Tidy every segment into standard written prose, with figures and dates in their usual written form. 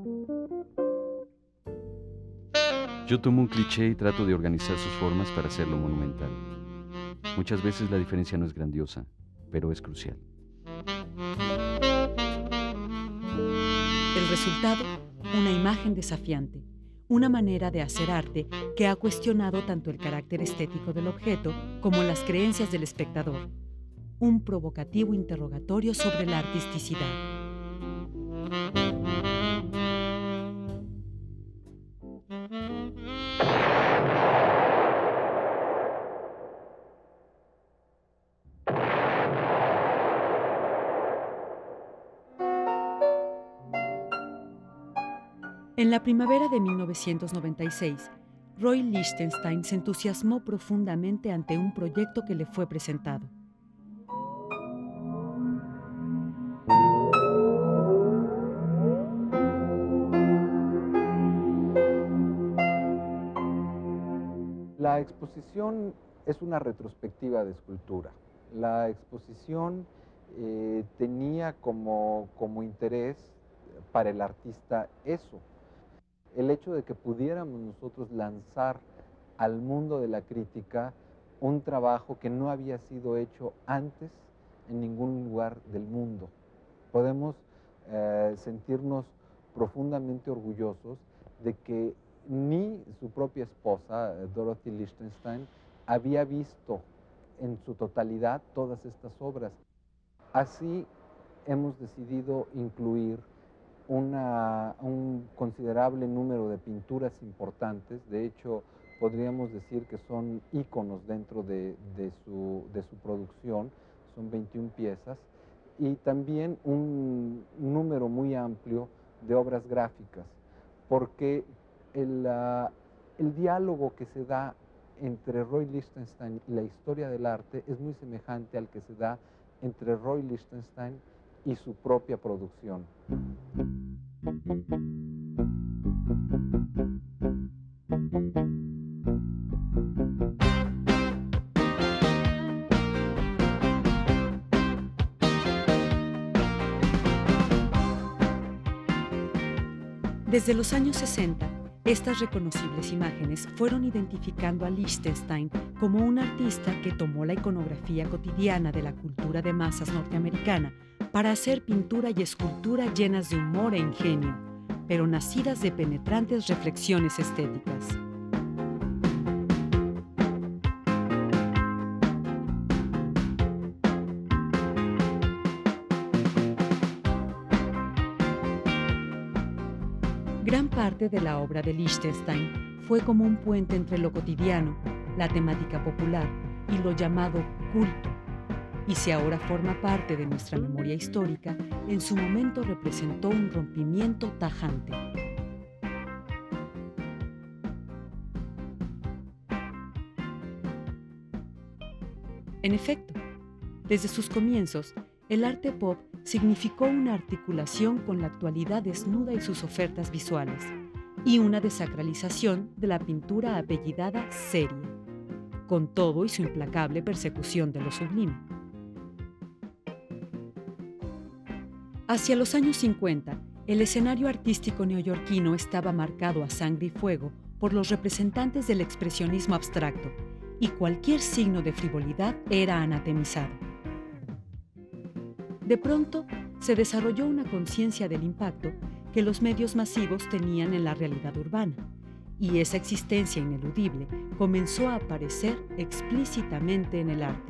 Yo tomo un cliché y trato de organizar sus formas para hacerlo monumental. Muchas veces la diferencia no es grandiosa, pero es crucial. El resultado, una imagen desafiante, una manera de hacer arte que ha cuestionado tanto el carácter estético del objeto como las creencias del espectador. Un provocativo interrogatorio sobre la artisticidad. En la primavera de 1996, Roy Lichtenstein se entusiasmó profundamente ante un proyecto que le fue presentado. La exposición es una retrospectiva de escultura. La exposición tenía como interés para el artista eso, el hecho de que pudiéramos nosotros lanzar al mundo de la crítica un trabajo que no había sido hecho antes en ningún lugar del mundo. Podemos sentirnos profundamente orgullosos de que ni su propia esposa, Dorothy Lichtenstein, había visto en su totalidad todas estas obras. Así hemos decidido incluir un considerable número de pinturas importantes. De hecho, podríamos decir que son íconos dentro de su producción. Son 21 piezas. Y también un número muy amplio de obras gráficas, porque el diálogo que se da entre Roy Lichtenstein y la historia del arte es muy semejante al que se da entre Roy Lichtenstein y su propia producción. Desde los años 60, estas reconocibles imágenes fueron identificando a Lichtenstein como un artista que tomó la iconografía cotidiana de la cultura de masas norteamericana para hacer pintura y escultura llenas de humor e ingenio, pero nacidas de penetrantes reflexiones estéticas. Gran parte de la obra de Lichtenstein fue como un puente entre lo cotidiano, la temática popular y lo llamado culto. Y si ahora forma parte de nuestra memoria histórica, en su momento representó un rompimiento tajante. En efecto, desde sus comienzos, el arte pop significó una articulación con la actualidad desnuda y sus ofertas visuales, y una desacralización de la pintura apellidada serie, con todo y su implacable persecución de lo sublime. Hacia los años 50, el escenario artístico neoyorquino estaba marcado a sangre y fuego por los representantes del expresionismo abstracto, y cualquier signo de frivolidad era anatemizado. De pronto, se desarrolló una conciencia del impacto que los medios masivos tenían en la realidad urbana, y esa existencia ineludible comenzó a aparecer explícitamente en el arte.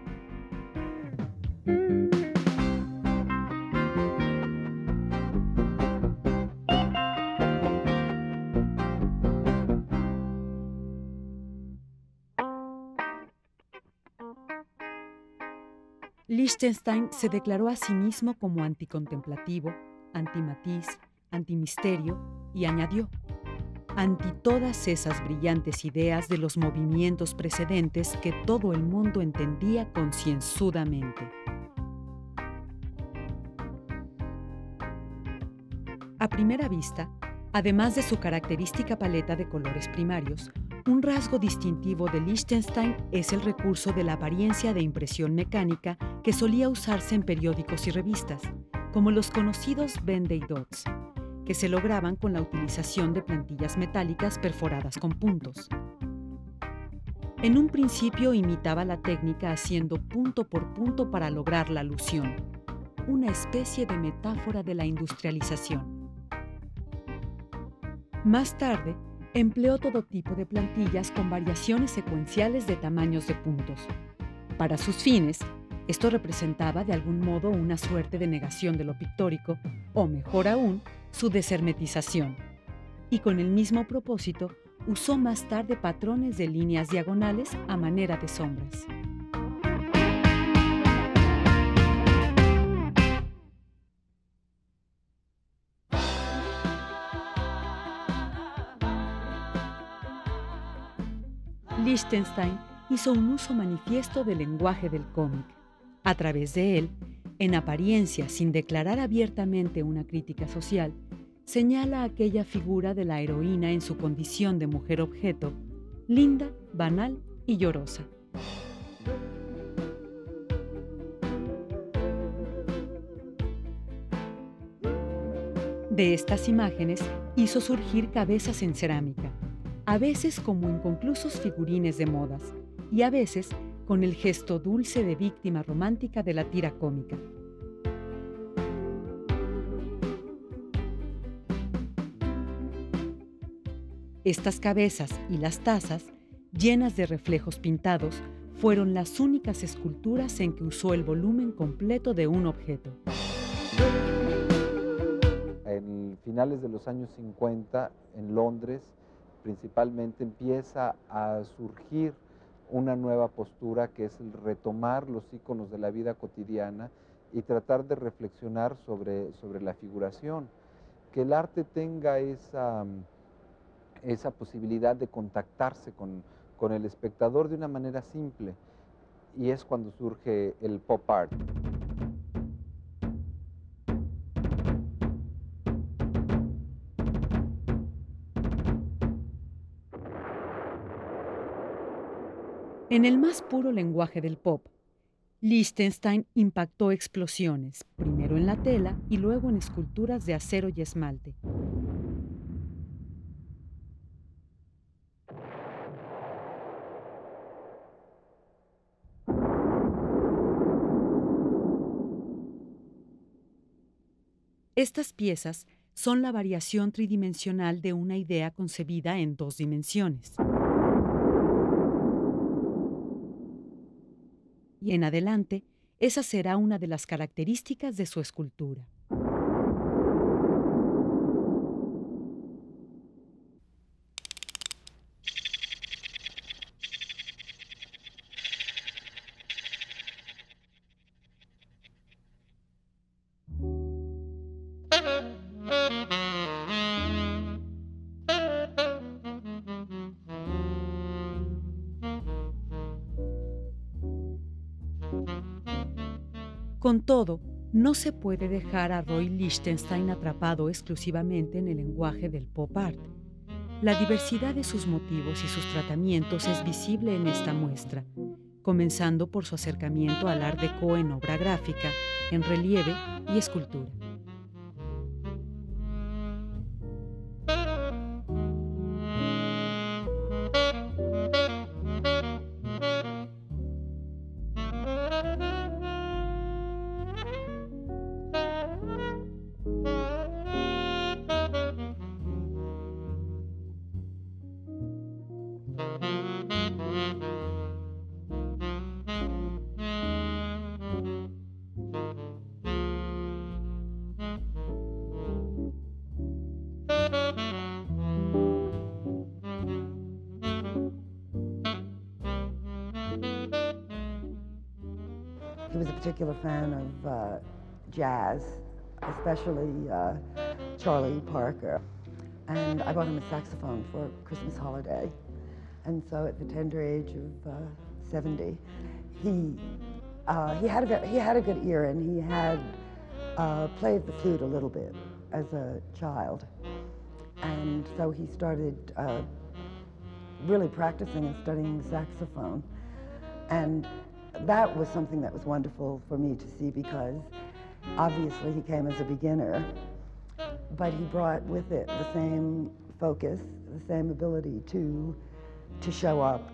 Lichtenstein se declaró a sí mismo como anticontemplativo, antimatiz, antimisterio y añadió: anti todas esas brillantes ideas de los movimientos precedentes que todo el mundo entendía concienzudamente. A primera vista, además de su característica paleta de colores primarios, un rasgo distintivo de Lichtenstein es el recurso de la apariencia de impresión mecánica que solía usarse en periódicos y revistas, como los conocidos Venn Day Dots, que se lograban con la utilización de plantillas metálicas perforadas con puntos. En un principio imitaba la técnica haciendo punto por punto para lograr la alusión, una especie de metáfora de la industrialización. Más tarde, empleó todo tipo de plantillas con variaciones secuenciales de tamaños de puntos. Para sus fines, esto representaba de algún modo una suerte de negación de lo pictórico, o mejor aún, su deshermetización. Y con el mismo propósito, usó más tarde patrones de líneas diagonales a manera de sombras. Lichtenstein hizo un uso manifiesto del lenguaje del cómic. A través de él, en apariencia sin declarar abiertamente una crítica social, señala aquella figura de la heroína en su condición de mujer objeto, linda, banal y llorosa. De estas imágenes hizo surgir cabezas en cerámica, a veces como inconclusos figurines de modas y a veces con el gesto dulce de víctima romántica de la tira cómica. Estas cabezas y las tazas, llenas de reflejos pintados, fueron las únicas esculturas en que usó el volumen completo de un objeto. En finales de los años 50, en Londres, principalmente empieza a surgir una nueva postura que es el retomar los íconos de la vida cotidiana y tratar de reflexionar sobre la figuración. Que el arte tenga esa posibilidad de contactarse con el espectador de una manera simple, y es cuando surge el pop art. En el más puro lenguaje del pop, Lichtenstein impactó explosiones, primero en la tela y luego en esculturas de acero y esmalte. Estas piezas son la variación tridimensional de una idea concebida en dos dimensiones. Y en adelante, esa será una de las características de su escultura. Con todo, no se puede dejar a Roy Lichtenstein atrapado exclusivamente en el lenguaje del pop art. La diversidad de sus motivos y sus tratamientos es visible en esta muestra, comenzando por su acercamiento al art déco en obra gráfica, en relieve y escultura. He was a particular fan of jazz, especially Charlie Parker. And I bought him a saxophone for Christmas holiday. And so at the tender age of 70, he had a good ear, and he had played the flute a little bit as a child. And so he started really practicing and studying the saxophone. And that was something that was wonderful for me to see, because obviously he came as a beginner, but he brought with it the same focus, the same ability to show up.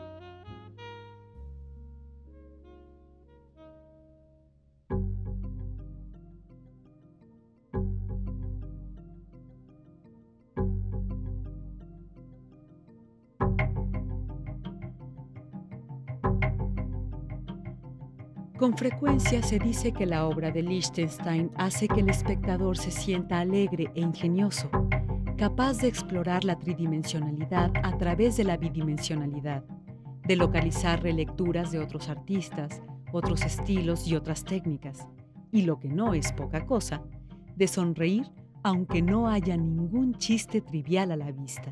Con frecuencia se dice que la obra de Lichtenstein hace que el espectador se sienta alegre e ingenioso, capaz de explorar la tridimensionalidad a través de la bidimensionalidad, de localizar relecturas de otros artistas, otros estilos y otras técnicas, y lo que no es poca cosa, de sonreír aunque no haya ningún chiste trivial a la vista.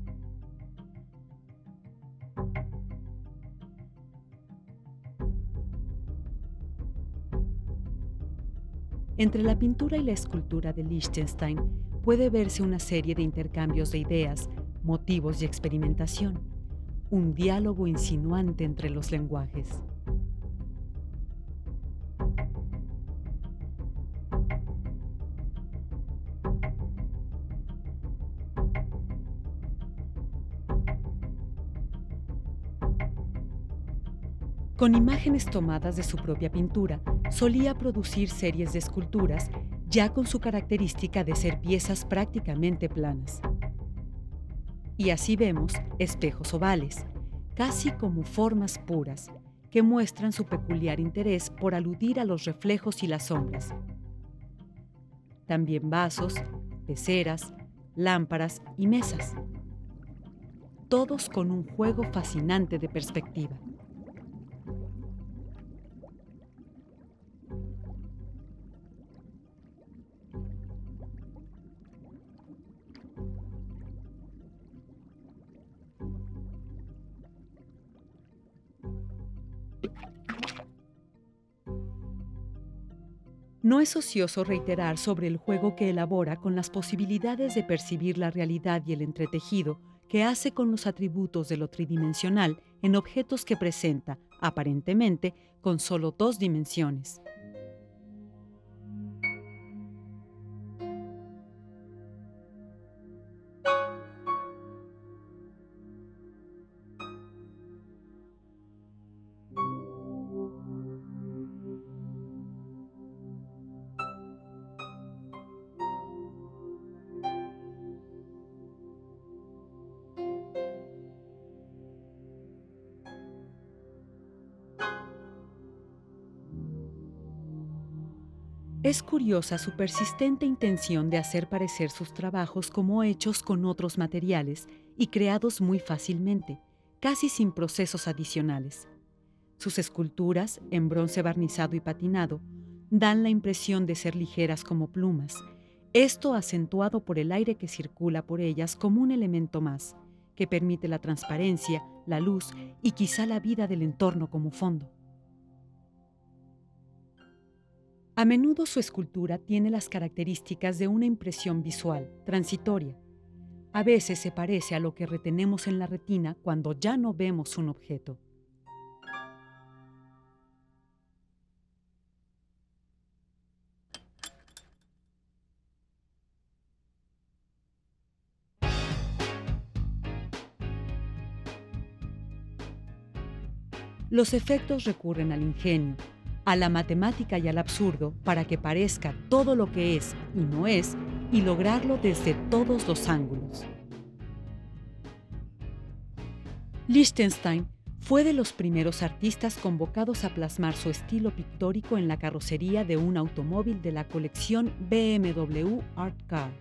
Entre la pintura y la escultura de Lichtenstein puede verse una serie de intercambios de ideas, motivos y experimentación, un diálogo insinuante entre los lenguajes. Con imágenes tomadas de su propia pintura, solía producir series de esculturas ya con su característica de ser piezas prácticamente planas. Y así vemos espejos ovales, casi como formas puras, que muestran su peculiar interés por aludir a los reflejos y las sombras. También vasos, peceras, lámparas y mesas, todos con un juego fascinante de perspectiva. No es ocioso reiterar sobre el juego que elabora con las posibilidades de percibir la realidad y el entretejido que hace con los atributos de lo tridimensional en objetos que presenta, aparentemente, con solo 2 dimensiones. Es curiosa su persistente intención de hacer parecer sus trabajos como hechos con otros materiales y creados muy fácilmente, casi sin procesos adicionales. Sus esculturas, en bronce barnizado y patinado, dan la impresión de ser ligeras como plumas, esto acentuado por el aire que circula por ellas como un elemento más, que permite la transparencia, la luz y quizá la vida del entorno como fondo. A menudo su escultura tiene las características de una impresión visual, transitoria. A veces se parece a lo que retenemos en la retina cuando ya no vemos un objeto. Los efectos recurren al ingenio, a la matemática y al absurdo para que parezca todo lo que es y no es y lograrlo desde todos los ángulos. Lichtenstein fue de los primeros artistas convocados a plasmar su estilo pictórico en la carrocería de un automóvil de la colección BMW Art Car.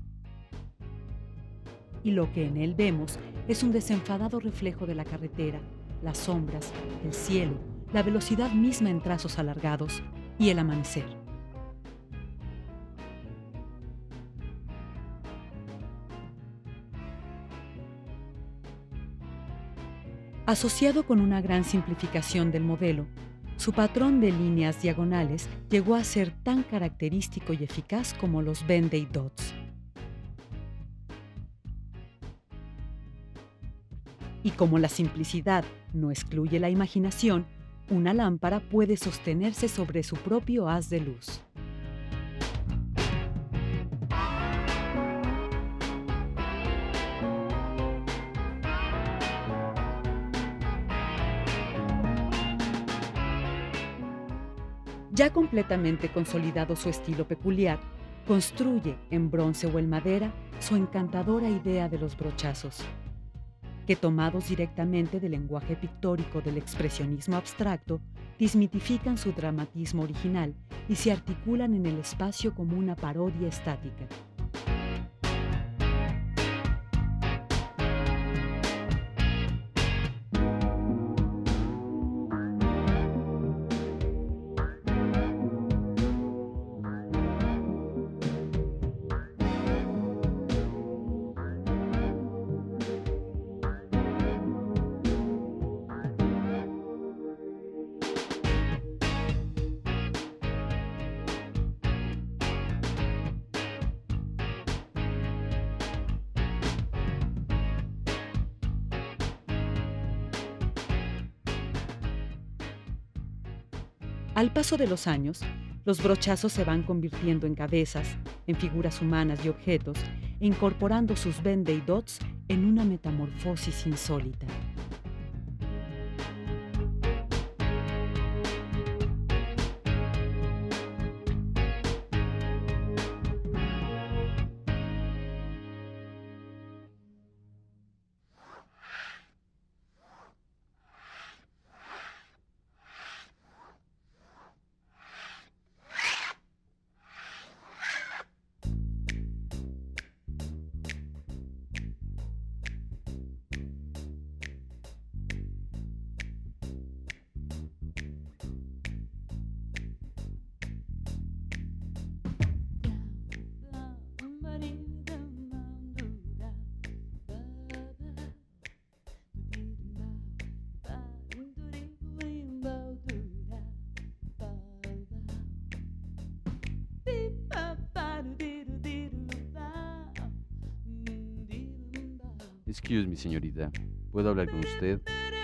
Y lo que en él vemos es un desenfadado reflejo de la carretera, las sombras, el cielo, la velocidad misma en trazos alargados y el amanecer. Asociado con una gran simplificación del modelo, su patrón de líneas diagonales llegó a ser tan característico y eficaz como los Benday dots. Y como la simplicidad no excluye la imaginación, una lámpara puede sostenerse sobre su propio haz de luz. Ya completamente consolidado su estilo peculiar, construye en bronce o en madera su encantadora idea de los brochazos, que tomados directamente del lenguaje pictórico del expresionismo abstracto, desmitifican su dramatismo original y se articulan en el espacio como una parodia estática. Al paso de los años, los brochazos se van convirtiendo en cabezas, en figuras humanas y objetos, e incorporando sus Venday dots en una metamorfosis insólita. Excuse me, señorita. ¿Puedo hablar con usted?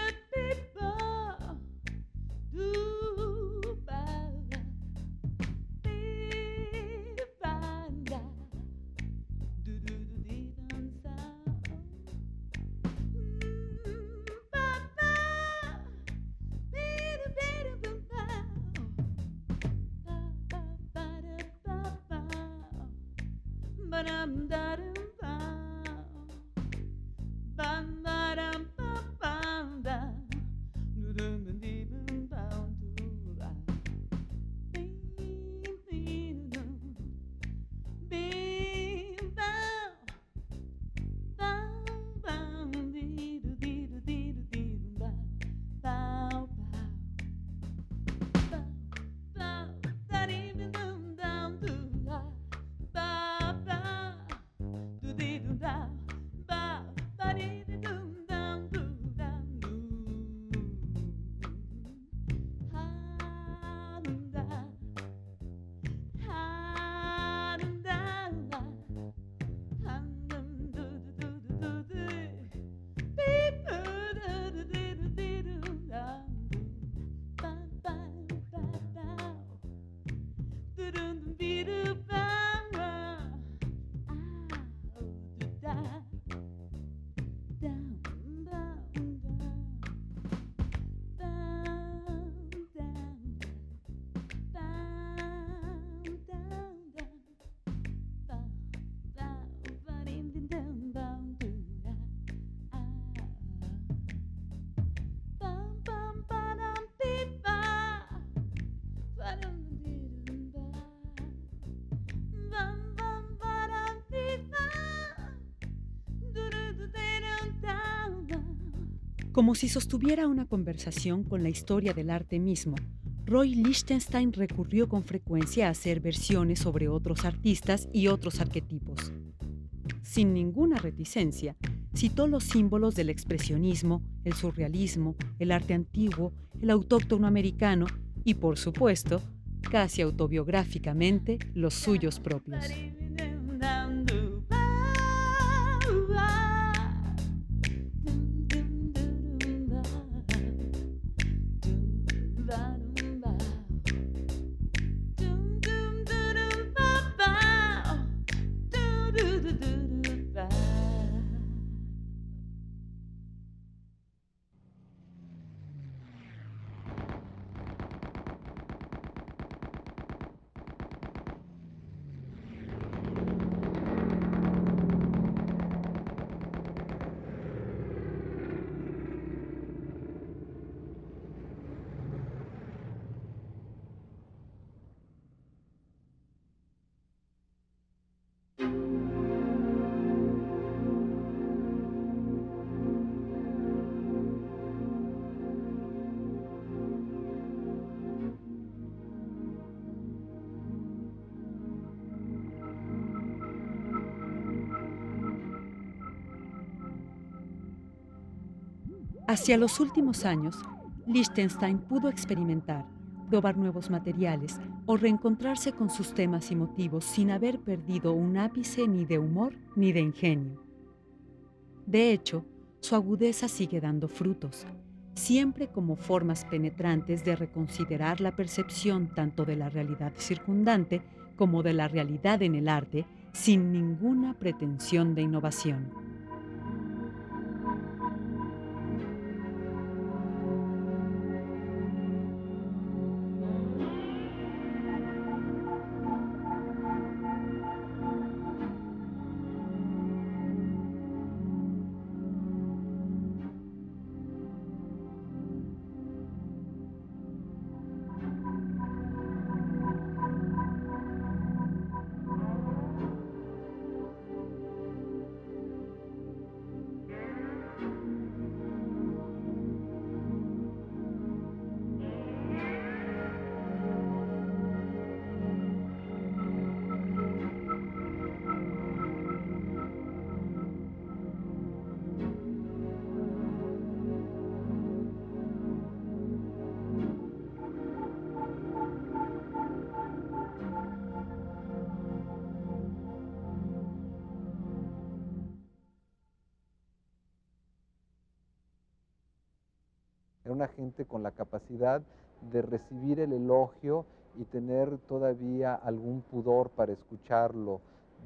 Como si sostuviera una conversación con la historia del arte mismo, Roy Lichtenstein recurrió con frecuencia a hacer versiones sobre otros artistas y otros arquetipos. Sin ninguna reticencia, citó los símbolos del expresionismo, el surrealismo, el arte antiguo, el autóctono americano y, por supuesto, casi autobiográficamente, los suyos propios. Hacia los últimos años, Lichtenstein pudo experimentar, probar nuevos materiales o reencontrarse con sus temas y motivos sin haber perdido un ápice ni de humor ni de ingenio. De hecho, su agudeza sigue dando frutos, siempre como formas penetrantes de reconsiderar la percepción tanto de la realidad circundante como de la realidad en el arte, sin ninguna pretensión de innovación. Era una gente con la capacidad de recibir el elogio y tener todavía algún pudor para escucharlo,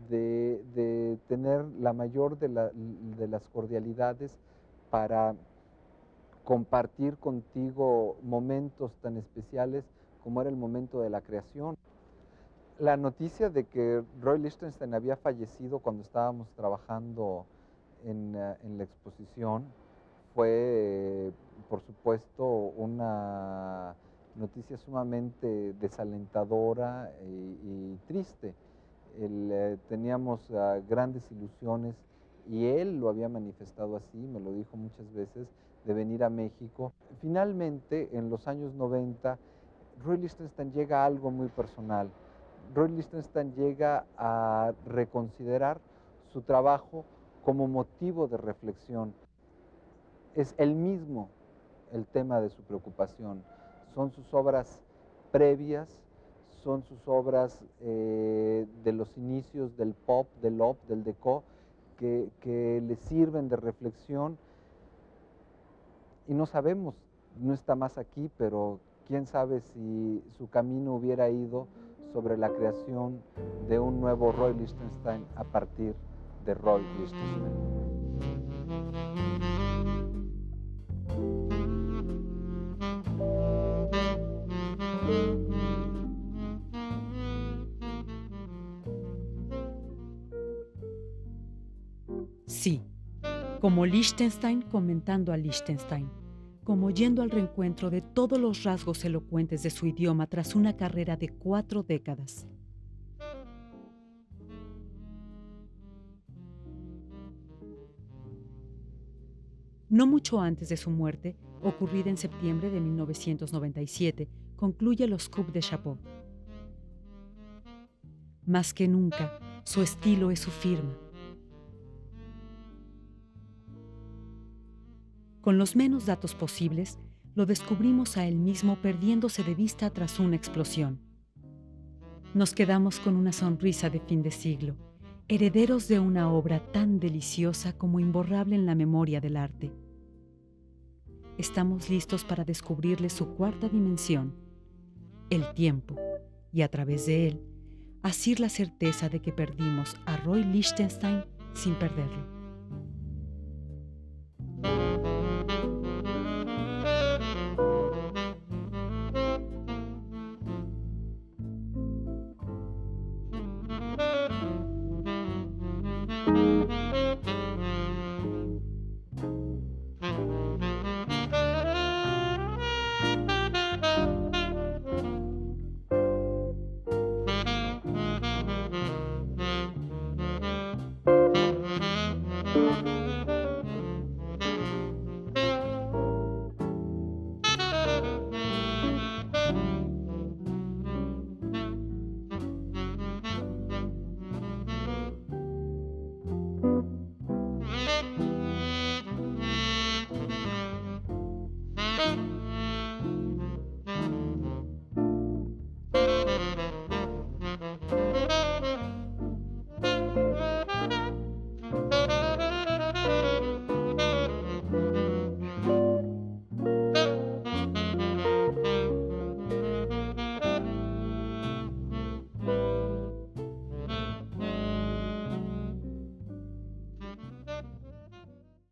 de tener la mayor de las cordialidades para compartir contigo momentos tan especiales como era el momento de la creación. La noticia de que Roy Lichtenstein había fallecido cuando estábamos trabajando en la exposición fue, por supuesto, una noticia sumamente desalentadora y triste. Teníamos grandes ilusiones y él lo había manifestado así, me lo dijo muchas veces, de venir a México. Finalmente, en los años 90, Roy Lichtenstein llega a algo muy personal. Roy Lichtenstein llega a reconsiderar su trabajo como motivo de reflexión. Es él mismo el tema de su preocupación. Son sus obras previas, son sus obras de los inicios del pop, del op, del déco, que le sirven de reflexión. Y no sabemos, no está más aquí, pero quién sabe si su camino hubiera ido sobre la creación de un nuevo Roy Lichtenstein a partir de Roy Lichtenstein. Sí, como Lichtenstein comentando a Lichtenstein, como yendo al reencuentro de todos los rasgos elocuentes de su idioma tras una carrera de 4 décadas. No mucho antes de su muerte, ocurrida en septiembre de 1997, concluye los Coupes de Chapeau. Más que nunca, su estilo es su firma. Con los menos datos posibles, lo descubrimos a él mismo perdiéndose de vista tras una explosión. Nos quedamos con una sonrisa de fin de siglo, herederos de una obra tan deliciosa como imborrable en la memoria del arte. Estamos listos para descubrirle su cuarta dimensión, el tiempo, y a través de él, asir la certeza de que perdimos a Roy Lichtenstein sin perderlo. Gracias.